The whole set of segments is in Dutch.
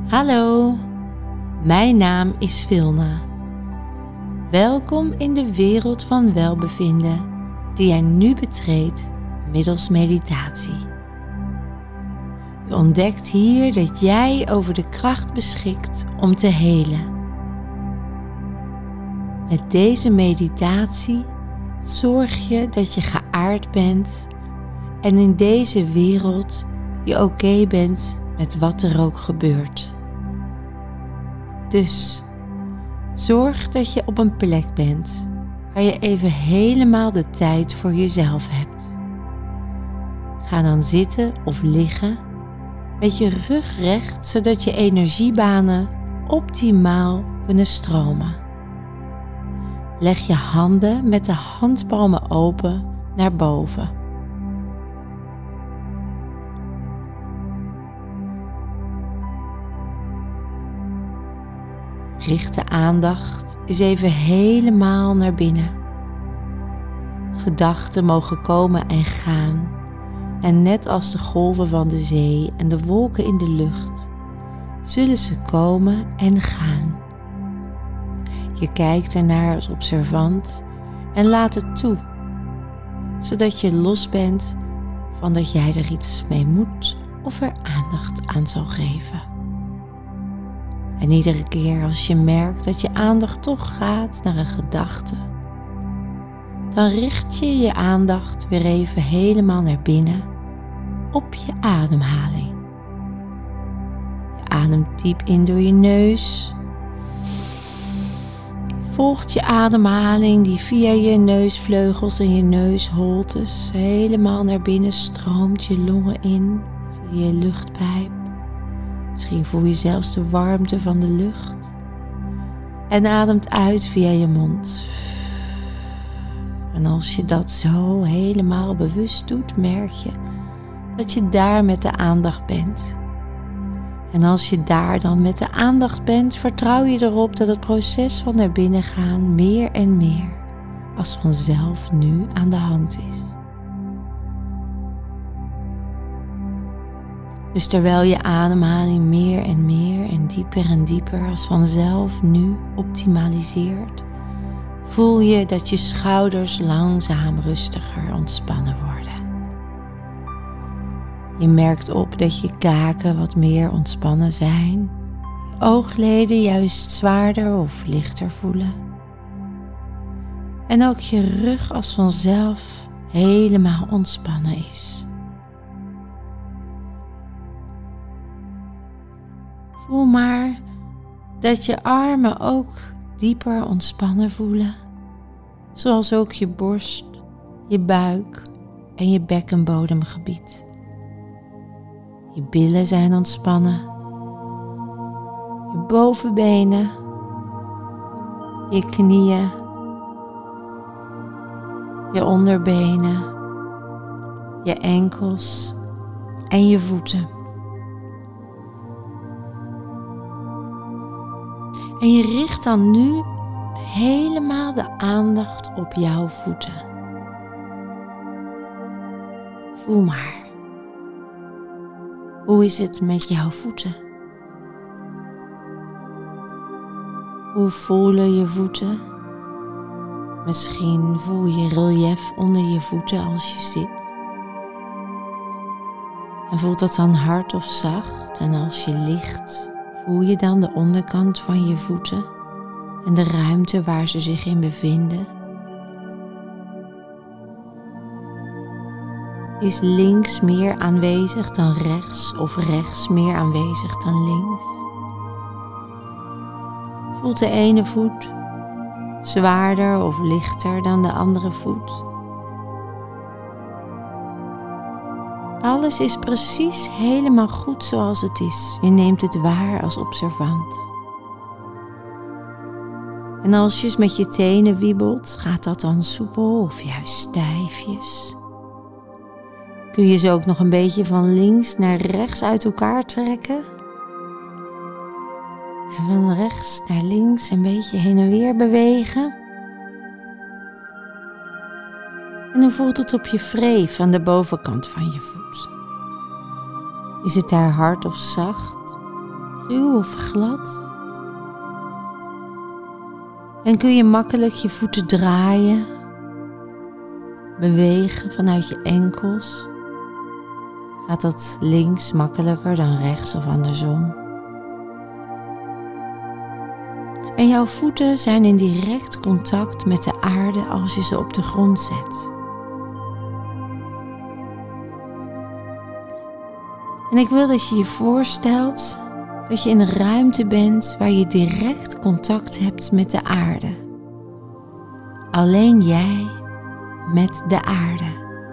Hallo, mijn naam is Vilna. Welkom in de wereld van welbevinden die jij nu betreedt middels meditatie. Je ontdekt hier dat jij over de kracht beschikt om te helen. Met deze meditatie zorg je dat je geaard bent en in deze wereld je oké bent met wat er ook gebeurt. Dus zorg dat je op een plek bent waar je even helemaal de tijd voor jezelf hebt. Ga dan zitten of liggen met je rug recht, zodat je energiebanen optimaal kunnen stromen. Leg je handen met de handpalmen open naar boven. Richt de aandacht eens even helemaal naar binnen. Gedachten mogen komen en gaan. En net als de golven van de zee en de wolken in de lucht, zullen ze komen en gaan. Je kijkt ernaar als observant en laat het toe, zodat je los bent van dat jij er iets mee moet of er aandacht aan zal geven. En iedere keer als je merkt dat je aandacht toch gaat naar een gedachte, dan richt je je aandacht weer even helemaal naar binnen op je ademhaling. Je ademt diep in door je neus. Volgt je ademhaling die via je neusvleugels en je neusholtes helemaal naar binnen stroomt je longen in via je luchtpijp. Misschien voel je zelfs de warmte van de lucht. En ademt uit via je mond. En als je dat zo helemaal bewust doet, merk je dat je daar met de aandacht bent. En als je daar dan met de aandacht bent, vertrouw je erop dat het proces van naar binnen gaan meer en meer als vanzelf nu aan de hand is. Dus terwijl je ademhaling meer en dieper als vanzelf nu optimaliseert, voel je dat je schouders langzaam rustiger ontspannen worden. Je merkt op dat je kaken wat meer ontspannen zijn, je oogleden juist zwaarder of lichter voelen. En ook je rug als vanzelf helemaal ontspannen is. Voel maar dat je armen ook dieper ontspannen voelen, zoals ook je borst, je buik en je bekkenbodemgebied. Je billen zijn ontspannen, je bovenbenen, je knieën, je onderbenen, je enkels en je voeten. En je richt dan nu helemaal de aandacht op jouw voeten. Voel maar. Hoe is het met jouw voeten? Hoe voelen je voeten? Misschien voel je relief onder je voeten als je zit. En voelt dat dan hard of zacht? En als je ligt, voel je dan de onderkant van je voeten en de ruimte waar ze zich in bevinden? Is links meer aanwezig dan rechts of rechts meer aanwezig dan links? Voelt de ene voet zwaarder of lichter dan de andere voet? Alles is precies helemaal goed zoals het is. Je neemt het waar als observant. En als je met je tenen wiebelt, gaat dat dan soepel of juist stijfjes? Kun je ze ook nog een beetje van links naar rechts uit elkaar trekken? En van rechts naar links een beetje heen en weer bewegen? En dan voelt het op je wreef aan de bovenkant van je voet. Is het daar hard of zacht? ruw of glad. En kun je makkelijk je voeten draaien, bewegen vanuit je enkels. Gaat dat links makkelijker dan rechts of andersom. En jouw voeten zijn in direct contact met de aarde als je ze op de grond zet. En ik wil dat je je voorstelt dat je in een ruimte bent waar je direct contact hebt met de aarde. Alleen jij met de aarde.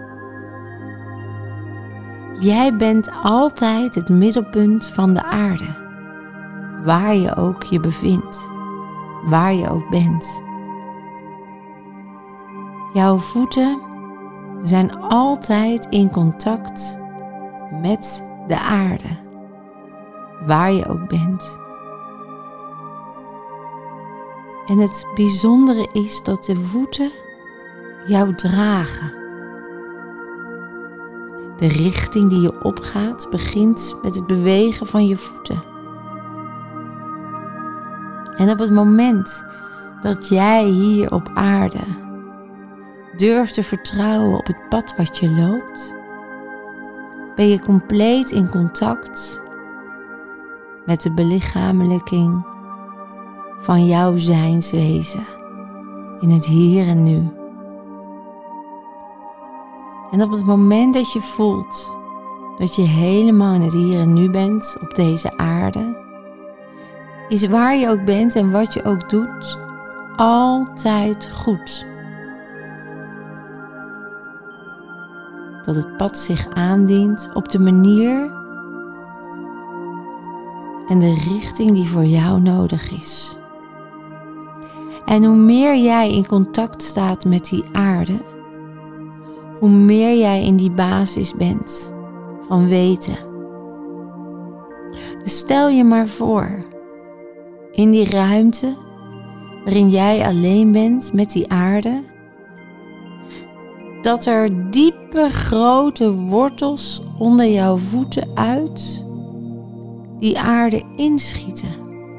Jij bent altijd het middelpunt van de aarde, waar je ook je bevindt, waar je ook bent. Jouw voeten zijn altijd in contact met de aarde, waar je ook bent. En het bijzondere is dat de voeten jou dragen. De richting die je opgaat begint met het bewegen van je voeten. En op het moment dat jij hier op aarde durft te vertrouwen op het pad wat je loopt, ben je compleet in contact met de belichamelijking van jouw zijnswezen in het hier en nu. En op het moment dat je voelt dat je helemaal in het hier en nu bent op deze aarde, is waar je ook bent en wat je ook doet altijd goed. Dat het pad zich aandient op de manier en de richting die voor jou nodig is. En hoe meer jij in contact staat met die aarde, hoe meer jij in die basis bent van weten. Dus stel je maar voor, in die ruimte waarin jij alleen bent met die aarde, dat er diepe grote wortels onder jouw voeten uit die aarde inschieten.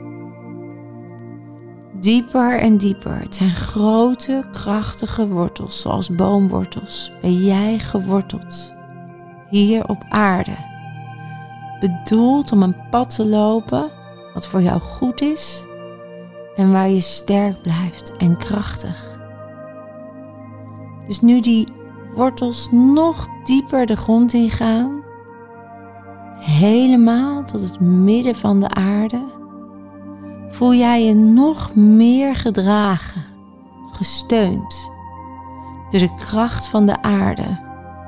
Dieper en dieper. Het zijn grote, krachtige wortels, zoals boomwortels. Ben jij geworteld hier op aarde. Bedoeld om een pad te lopen wat voor jou goed is en waar je sterk blijft en krachtig. Dus nu die wortels nog dieper de grond ingaan, helemaal tot het midden van de aarde, voel jij je nog meer gedragen, gesteund door de kracht van de aarde.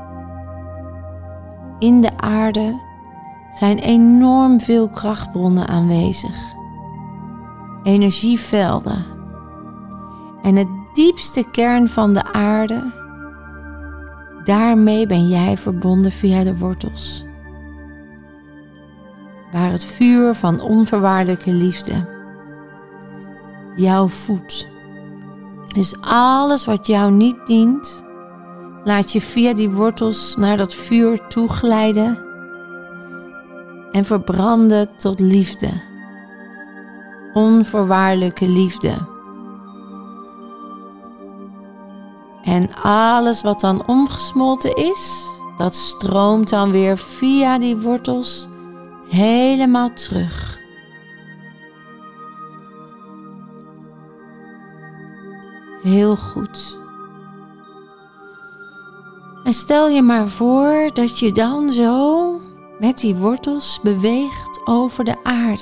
In de aarde zijn enorm veel krachtbronnen aanwezig, energievelden. En het diepste kern van de aarde, daarmee ben jij verbonden via de wortels. Waar het vuur van onvoorwaardelijke liefde jou voedt. Dus alles wat jou niet dient, laat je via die wortels naar dat vuur toeglijden en verbranden tot liefde. Onvoorwaardelijke liefde. En alles wat dan omgesmolten is, dat stroomt dan weer via die wortels helemaal terug. Heel goed. En stel je maar voor dat je dan zo met die wortels beweegt over de aarde.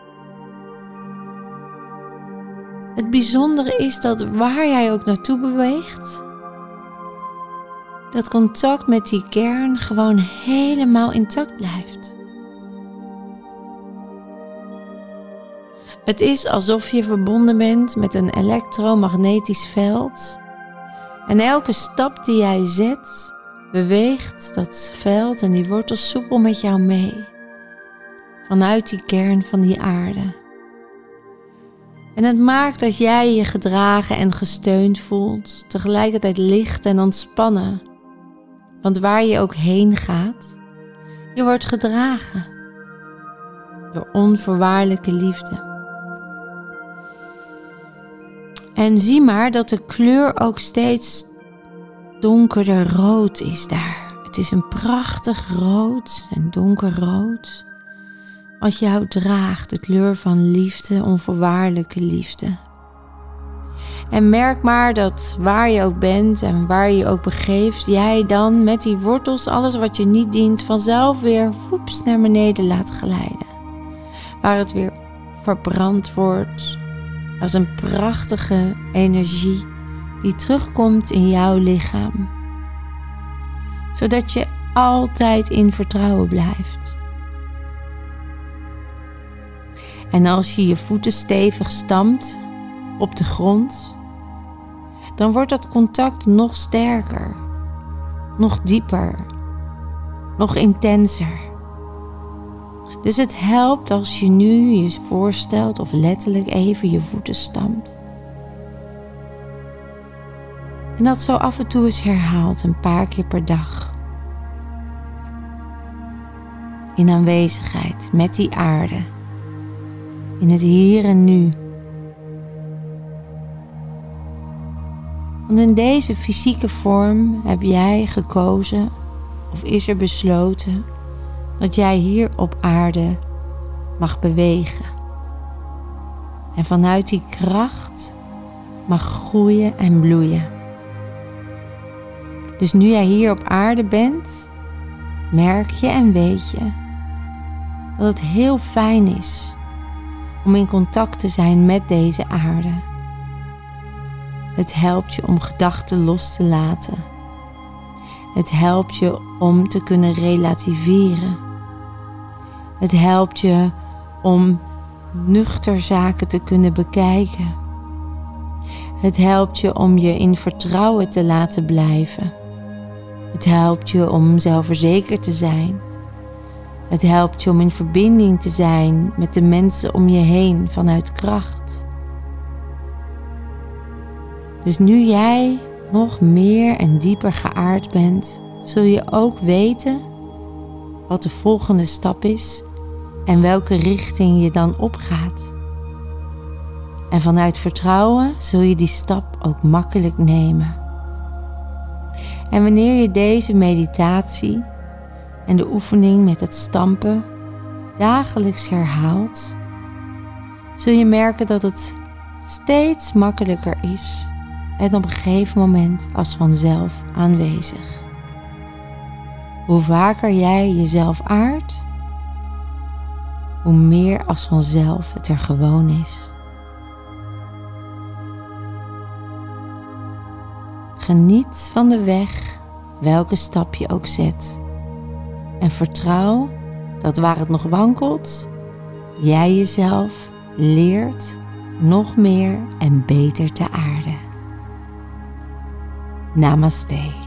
Het bijzondere is dat waar jij ook naartoe beweegt, dat contact met die kern gewoon helemaal intact blijft. Het is alsof je verbonden bent met een elektromagnetisch veld. En elke stap die jij zet, beweegt dat veld en die wortels soepel met jou mee. Vanuit die kern van die aarde. En het maakt dat jij je gedragen en gesteund voelt, tegelijkertijd licht en ontspannen. Want waar je ook heen gaat, je wordt gedragen. door onvoorwaardelijke liefde. En zie maar dat de kleur ook steeds donkerder rood is daar. Het is een prachtig rood en donkerrood wat jou draagt, de kleur van liefde, onvoorwaardelijke liefde. En merk maar dat waar je ook bent en waar je je ook begeeft, jij dan met die wortels alles wat je niet dient vanzelf weer woeps naar beneden laat glijden. Waar het weer verbrand wordt als een prachtige energie die terugkomt in jouw lichaam. Zodat je altijd in vertrouwen blijft. En als je je voeten stevig stampt op de grond, dan wordt dat contact nog sterker, nog dieper, nog intenser. Dus het helpt als je nu je voorstelt of letterlijk even je voeten stampt. En dat zo af en toe eens herhaalt, een paar keer per dag. In aanwezigheid met die aarde. In het hier en nu. Want in deze fysieke vorm heb jij gekozen of is er besloten dat jij hier op aarde mag bewegen. En vanuit die kracht mag groeien en bloeien. Dus nu jij hier op aarde bent, merk je en weet je dat het heel fijn is om in contact te zijn met deze aarde. Het helpt je om gedachten los te laten. Het helpt je om te kunnen relativeren. Het helpt je om nuchter zaken te kunnen bekijken. Het helpt je om je in vertrouwen te laten blijven. Het helpt je om zelfverzekerd te zijn. Het helpt je om in verbinding te zijn met de mensen om je heen vanuit kracht. Dus nu jij nog meer en dieper geaard bent, zul je ook weten wat de volgende stap is en welke richting je dan opgaat. En vanuit vertrouwen zul je die stap ook makkelijk nemen. En wanneer je deze meditatie en de oefening met het stampen dagelijks herhaalt, zul je merken dat het steeds makkelijker is en op een gegeven moment als vanzelf aanwezig. Hoe vaker jij jezelf aardt, hoe meer als vanzelf het er gewoon is. Geniet van de weg, welke stap je ook zet. En vertrouw dat waar het nog wankelt, jij jezelf leert nog meer en beter te aarden. Namaste.